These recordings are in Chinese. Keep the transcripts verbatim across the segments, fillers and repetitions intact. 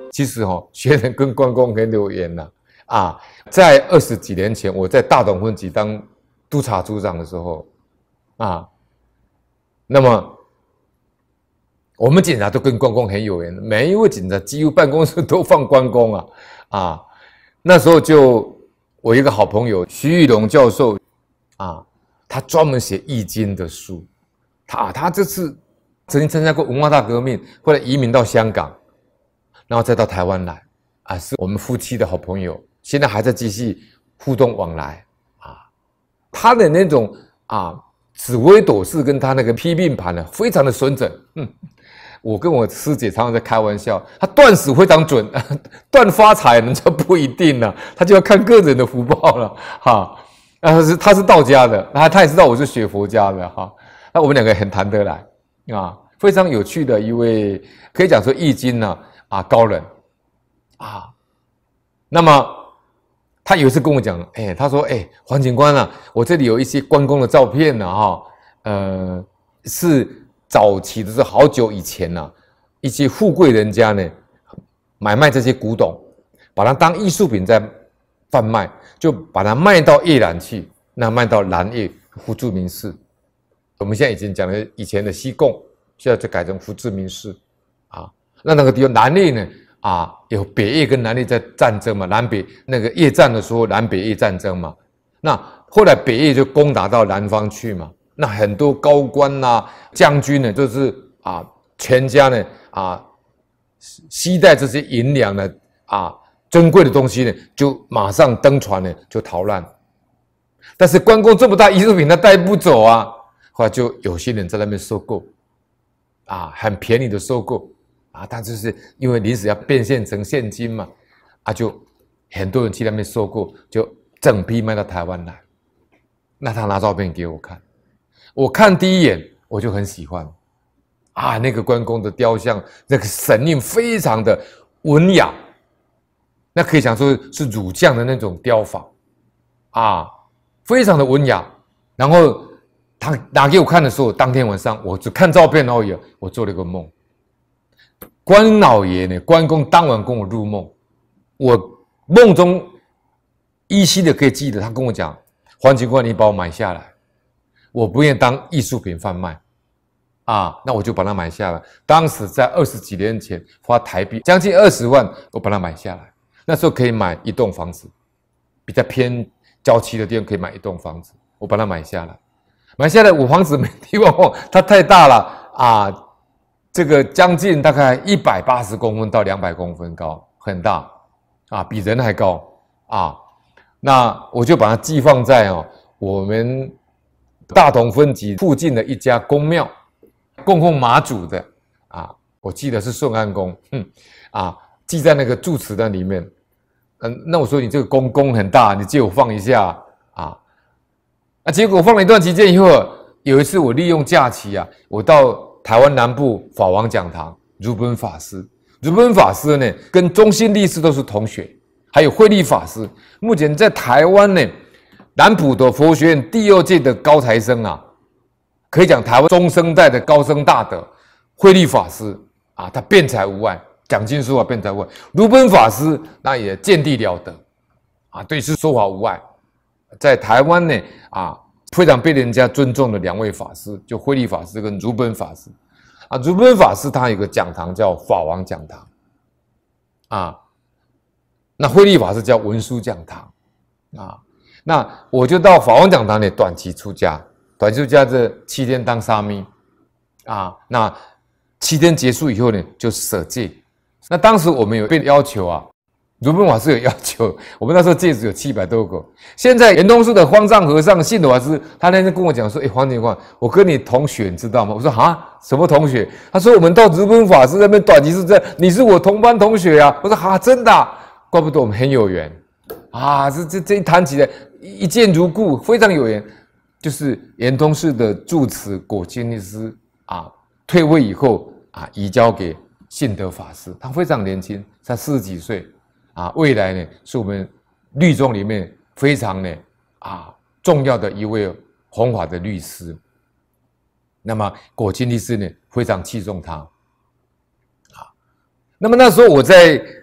其实哦，学人跟关公很有缘呐、啊。啊，在二十几年前，我在大同分局当督察组长的时候，啊，那么我们警察都跟关公很有缘，每一位警察几乎办公室都放关公啊啊。那时候就我一个好朋友徐玉龙教授啊，他专门写易经的书，他他这次曾经参加过文化大革命，后来移民到香港，然后再到台湾来啊，是我们夫妻的好朋友。现在还在继续互动往来啊，他的那种啊紫微斗数跟他那个批命盘呢，非常的准整。嗯，我跟我师姐常常在开玩笑，他断死非常准，断发财人家不一定了、啊，他就要看个人的福报了哈。那他是他是道家的，他他也知道我是学佛家的哈。那我们两个很谈得来啊，非常有趣的一位，可以讲说易经呢啊高人啊。那么他有一次跟我讲，哎，他说，哎，黄警官啊，我这里有一些关公的照片呢、啊，哈，呃，是早期的是好久以前呐、啊，一些富贵人家呢，买卖这些古董，把它当艺术品在贩卖，就把它卖到叶兰去，那卖到兰叶胡志明市。我们现在已经讲了以前的西贡，现在就改成胡志明市啊。那那个地方兰叶呢？啊，有北叶跟南叶在战争嘛，南北那个叶战的时候，南北叶战争嘛。那后来北叶就攻打到南方去嘛，那很多高官呐、啊、将军呢，就是啊，全家呢啊，携带这些银两呢啊，珍贵的东西呢，就马上登船呢就逃难。但是关公这么大艺术品，他带不走啊，后来就有些人在那边收购，啊，很便宜的收购。啊，他就是因为临时要变现成现金嘛，啊，就很多人去那边收购，就整批卖到台湾来。那他拿照片给我看，我看第一眼我就很喜欢，啊，那个关公的雕像，那个神韵非常的文雅，那可以讲说是儒将的那种雕法，啊，非常的文雅。然后他拿给我看的时候，当天晚上我只看照片而已，我做了一个梦。关老爷呢？关公当晚跟我入梦，我梦中依稀的可以记得，他跟我讲：“黄警官，你把我买下来，我不愿当艺术品贩卖啊。”那我就把它买下来。当时在二十几年前，花台币将近二十万，我把它买下来。那时候可以买一栋房子，比较偏郊区的地方可以买一栋房子，我把它买下来。买下来，我房子没地方放，它太大了啊。这个将近大概一百八十公分到两百公分高，很大啊，比人还高啊。那我就把它寄放在哦我们大同分局附近的一家公庙，供奉妈祖的啊，我记得是顺安宫，嗯啊，寄在那个住持那里面。嗯，那我说你这个宫宫很大，你借我放一下啊。那结果放了一段期间以后，有一次我利用假期啊，我到台湾南部法王讲堂，如本法师，如本法师呢，跟中心律师都是同学，还有慧律法师。目前在台湾呢，南普的佛学院第二届的高材生啊，可以讲台湾中生代的高僧大德，慧律法师啊，他辩才无碍，讲经说法辩才无碍。如本法师那也见地了得啊，对师说法无碍，在台湾呢啊。非常被人家尊重的两位法师，就慧律法师跟如本法师啊。如本法师他有个讲堂叫法王讲堂啊，那慧律法师叫文殊讲堂啊。那我就到法王讲堂里短期出家，短期出家这七天当沙弥啊。那七天结束以后呢，就舍戒。那当时我们有被要求啊。如本法师有要求，我们那时候戒指有七百多个。现在圆通寺的方丈和尚信的法师，他那天跟我讲说：“哎，黄警官，我跟你同学，你知道吗？”我说：“啊，什么同学？”他说：“我们到如本法师那边短期是这样，你是我同班同学啊。”我说：“啊，真的、啊，怪不得我们很有缘啊！这这这一谈起来，一见如故，非常有缘。就是圆通寺的住持果金律师啊，退位以后啊，移交给信德法师，他非常年轻，才四十几岁。”啊，未来呢是我们律宗里面非常呢啊重要的一位弘法的律师。那么果金律师呢非常器重他啊。那么那时候我在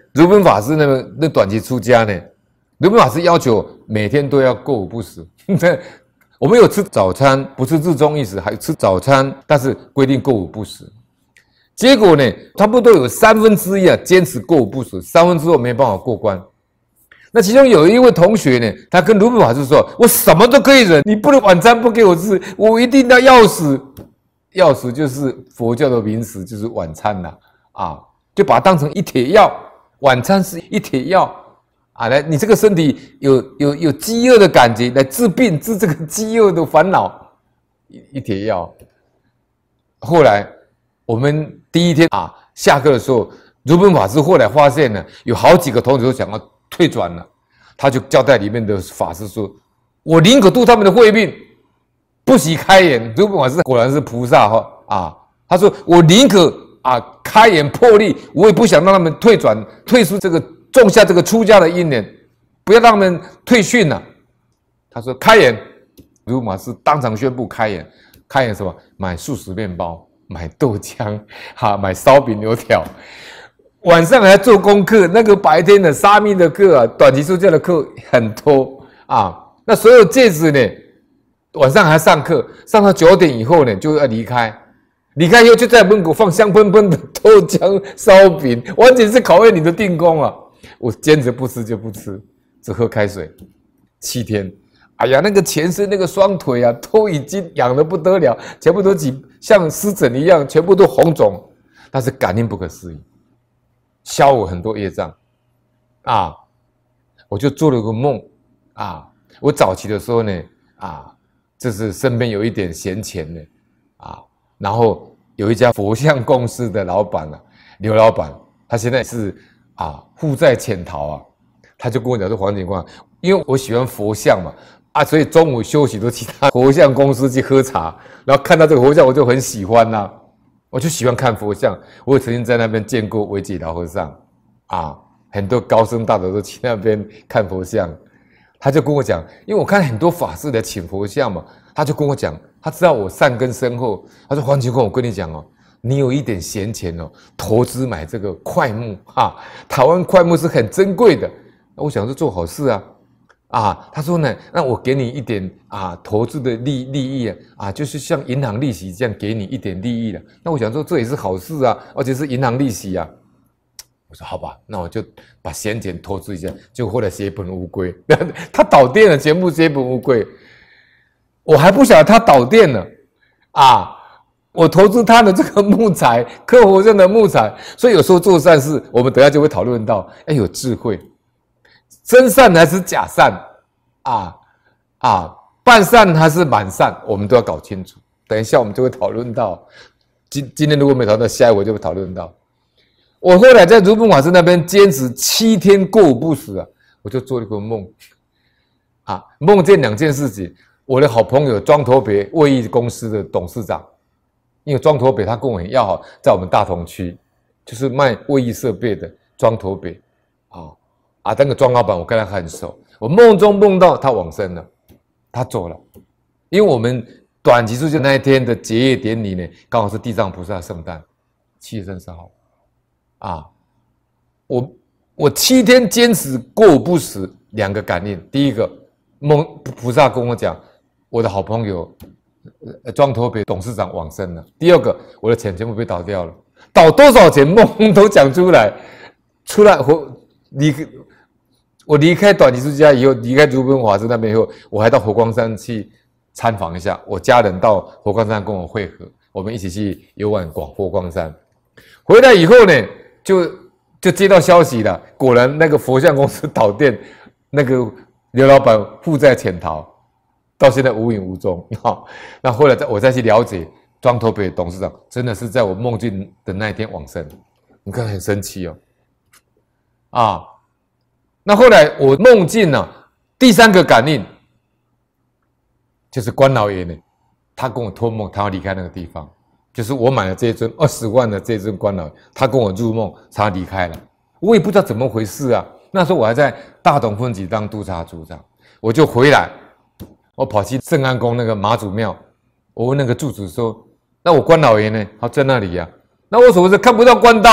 如本法师那个那短期出家呢，如本法师要求每天都要过午不食。我们有吃早餐，不是日中一食，还吃早餐，但是规定过午不食。结果呢，差不多有三分之一啊坚持过午不食，三分之二没办法过关。那其中有一位同学呢，他跟如本法师说：“我什么都可以忍，你不能晚餐不给我吃，我一定要药食。药食就是佛教的名词，就是晚餐呐，啊，就把它当成一帖药，晚餐是一帖药啊，来，你这个身体有有有饥饿的感觉，来治病，治这个饥饿的烦恼，一一帖药。后来我们第一天啊下课的时候，如本法师后来发现呢，有好几个同学都想要退转了，他就交代里面的法师说：“我宁可度他们的慧命，不惜开眼。”如本法师果然是菩萨哈啊！他说：“我宁可啊开眼破例，我也不想让他们退转，退出这个种下这个出家的因缘，不要让他们退训了。”他说：“开眼。”如本法师当场宣布开眼，开眼什么？买素食面包，买豆浆，哈，买烧饼油条。晚上还要做功课，那个白天的沙弥的课啊，短期出家的课很多啊。那所有戒指呢，晚上还要上课，上到九点以后呢，就要离开。离开以后就在门口放香喷喷的豆浆、烧饼，完全是考验你的定功啊！我坚持不吃就不吃，只喝开水。七天，哎呀，那个全身那个双腿啊，都已经痒得不得了，全部都起像湿疹一样，全部都红肿，但是感应不可思议。消我很多业障啊！我就做了个梦啊！我早期的时候呢啊，就是身边有一点闲钱呢啊，然后有一家佛像公司的老板啊，刘老板，他现在是啊负债潜逃啊，他就跟我讲说黄警官，因为我喜欢佛像嘛啊，所以中午休息都其他佛像公司去喝茶，然后看到这个佛像我就很喜欢呐、啊。我就喜欢看佛像，我也曾经在那边见过维吉老和尚，啊，很多高僧大德都去那边看佛像。他就跟我讲，因为我看很多法师来请佛像嘛，他就跟我讲，他知道我善根深厚，他说黄警官，我跟你讲哦，你有一点闲钱哦，投资买这个块木哈，台湾块木是很珍贵的。我想说做好事啊。啊，他说呢，那我给你一点啊投资的利利益啊，啊，就是像银行利息这样给你一点利益的。那我想说这也是好事啊，而且是银行利息啊。我说好吧，那我就把闲钱投资一下，结果后来血本无归，他倒店了，全部血本无归。我还不晓得他倒店了啊，我投资他的这个木材，客户上的木材，所以有时候做善事，我们等一下就会讨论到，要有智慧。真善还是假善啊啊，半善还是满善，我们都要搞清楚。等一下我们就会讨论到，今今天如果没讨论到，下一回就会讨论到。我后来在如本法师那边坚持七天过午不食啊，我就做了一个梦啊，梦见两件事情。我的好朋友庄头北卫浴公司的董事长，因为庄头北他跟我很要好，在我们大同区就是卖卫浴设备的庄头北啊。啊，那个庄老板我跟他很熟，我梦中梦到他往生了，他走了，因为我们短期出家那一天的结业典礼呢，刚好是地藏菩萨圣诞，七月三十号，啊，我我七天坚持过午不食，两个感应，第一个梦菩萨跟我讲，我的好朋友庄头北董事长往生了，第二个我的钱全部被倒掉了，倒多少钱梦都讲出来，出来我离。我离开短期出家以后，离开如本法师那边以后，我还到佛光山去参访一下。我家人到佛光山跟我会合，我们一起去游玩广佛光山。回来以后呢，就就接到消息了，果然那个佛像公司倒店，那个刘老板负债潜逃，到现在无影无踪。好，那后来我再去了解，庄头北董事长真的是在我梦境的那一天往生，你看很神奇哦，啊。那后来我梦境呢、啊，第三个感应就是关老爷呢，他跟我托梦，他要离开那个地方，就是我买了这一尊二十万的这尊关老爷，他跟我入梦，他离开了，我也不知道怎么回事啊。那时候我还在大同分局当督察组长，我就回来，我跑去圣安宫那个妈祖庙，我问那个住持说：“那我关老爷呢？”他在那里呀、啊。那我什么时候看不到关道？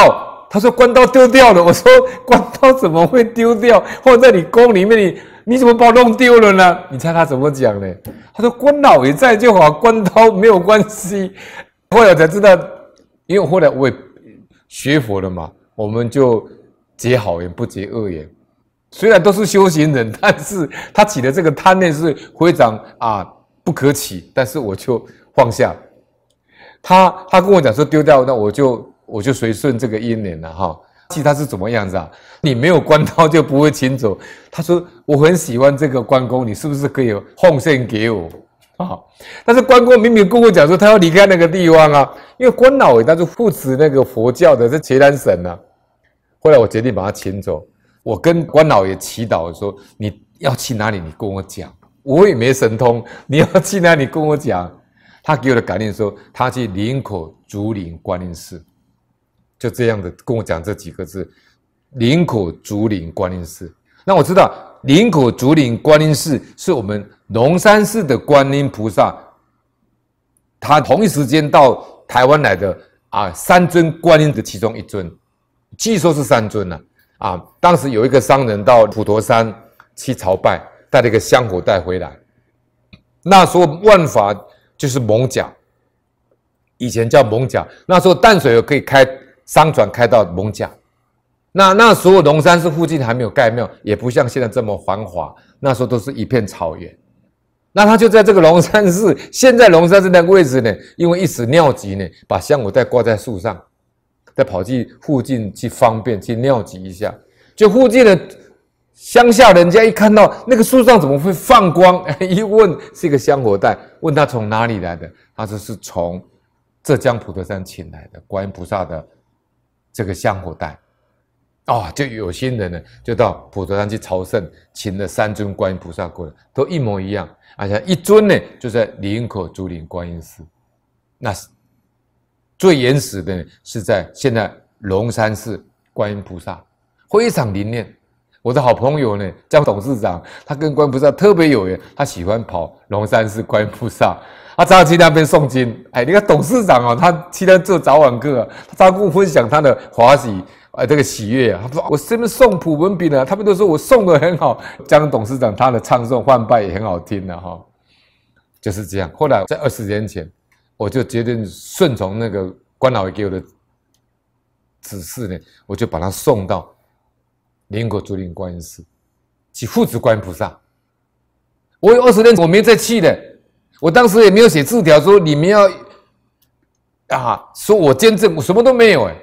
他说关刀丢掉了。我说关刀怎么会丢掉？放在你宫里面，你你怎么把我弄丢了呢？你猜他怎么讲呢？他说关老爷在就好，关刀没有关系。后来才知道，因为后来我也学佛了嘛，我们就结好缘不结恶缘。虽然都是修行人，但是他起的这个贪念是非常啊不可起，但是我就放下。他他跟我讲说丢掉，那我就我就随顺这个因缘了哈。其实他是怎么样子啊？你没有关刀就不会请走。他说我很喜欢这个关公，你是不是可以奉献给我啊？但是关公明明跟我讲说他要离开那个地方啊，因为关老爷他是护持那个佛教的，是伽蓝省啊。后来我决定把他请走。我跟关老爷祈祷说：你要去哪里？你跟我讲。我也没神通，你要去哪里？跟我讲。他给我的感应说，他去林口竹林观音寺，就这样的跟我讲这几个字：林口竹林观音寺。那我知道林口竹林观音寺是我们龙山寺的观音菩萨，他同一时间到台湾来的啊三尊观音的其中一尊，据说是三尊啊。啊，当时有一个商人到普陀山去朝拜，带了一个香火袋回来。那时候万法就是艋舺，以前叫艋舺。那时候淡水河可以开商船开到艋舺。那那时候龙山寺附近还没有盖庙，也不像现在这么繁华。那时候都是一片草原。那他就在这个龙山寺，现在龙山寺那个位置呢，因为一时尿急呢，把香火袋挂在树上。再跑去附近去方便去尿急一下，就附近的乡下人家一看到那个树上怎么会放光，一问是一个香火袋，问他从哪里来的，他说是从浙江普陀山请来的观音菩萨的这个香火袋。哦，就有心人呢，就到普陀山去朝圣，请了三尊观音菩萨过来，都一模一样，而且一尊呢就在林口竹林观音寺。那最原始的是在现在龙山寺观音菩萨，非常灵验。我的好朋友呢，江董事长，他跟观音菩萨特别有缘，他喜欢跑龙山寺观音菩萨，他常常去那边诵经。哎，你看董事长哦，他去那做早晚课、啊，他常跟我分享他的华喜，呃，这个喜悦啊。他说我这边诵普文品啊，他们都说我诵的很好。江董事长他的唱诵换拜也很好听的、啊、哈，就是这样。后来在二十年前。我就决定顺从那个关老爷给我的指示呢，我就把他送到林口竹林观音寺去护持观音菩萨。我有二十年我没再去的，我当时也没有写字条说你们要啊，说我捐赠，我什么都没有哎、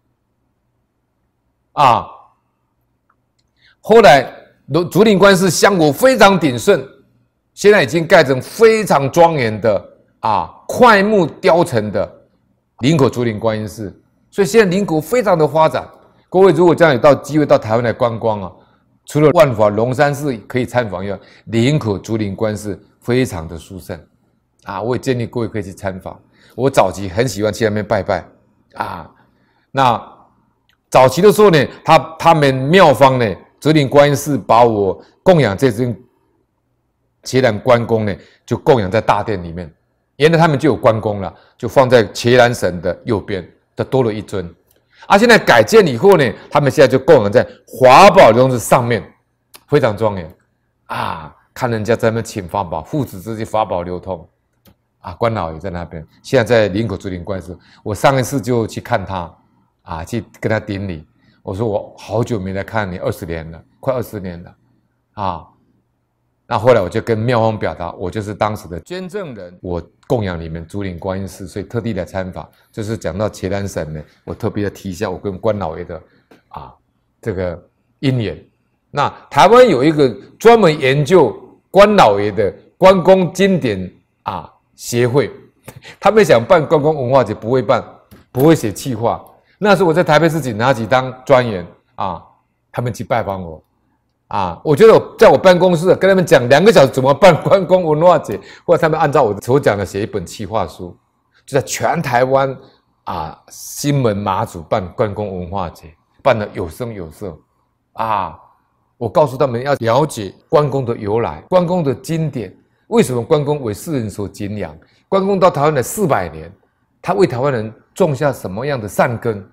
欸，啊，后来竹林观音寺香火非常鼎盛，现在已经盖成非常庄严的。啊，块木雕成的林口竹林观音寺，所以现在林口非常的发展。各位如果将来有到机会到台湾来观光啊，除了万华龙山寺可以参访以外，林口竹林观音寺非常的殊胜啊，我也建议各位可以去参访。我早期很喜欢去那边拜拜啊。那早期的时候呢，他他们庙方呢，竹林观音寺把我供养这尊伽蓝关公呢，就供养在大殿里面。原来他们就有关公了，就放在伽蓝绳的右边，它多了一尊。啊，现在改建以后呢，他们现在就供养在华宝流通上面，非常庄严啊！看人家在那边请法宝，父子之间法宝流通啊。关老爷在那边，现在在林口竹林观音寺，我上一次就去看他啊，去跟他顶礼。我说我好久没来看你，二十年了，快二十年了啊。那后来我就跟庙方表达，我就是当时的捐赠人，我供养你们竹林观音寺，所以特地来参访。就是讲到伽蓝省呢，我特别的提一下我跟关老爷的啊这个因缘。那台湾有一个专门研究关老爷的关公经典啊协会，他们想办关公文化节，不会办，不会写企划。那时候我在台北市警察局当专员啊，他们去拜访我。啊，我觉得我在我办公室跟他们讲两个小时怎么办关公文化节，或者他们按照我所讲的写一本企划书，就在全台湾啊金门马祖办关公文化节，办得有声有色啊！我告诉他们要了解关公的由来，关公的经典，为什么关公为世人所敬仰？关公到台湾来四百年，他为台湾人种下什么样的善根？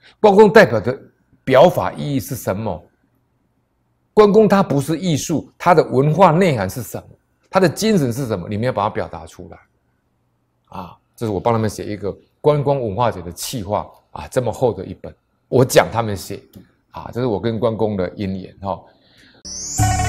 关公代表的表法意义是什么？关公他不是艺术，他的文化内涵是什么？他的精神是什么？你们要把它表达出来。啊，这是我帮他们写一个观光文化节的企划啊，这么厚的一本，我讲他们写啊，这是我跟关公的姻缘哈。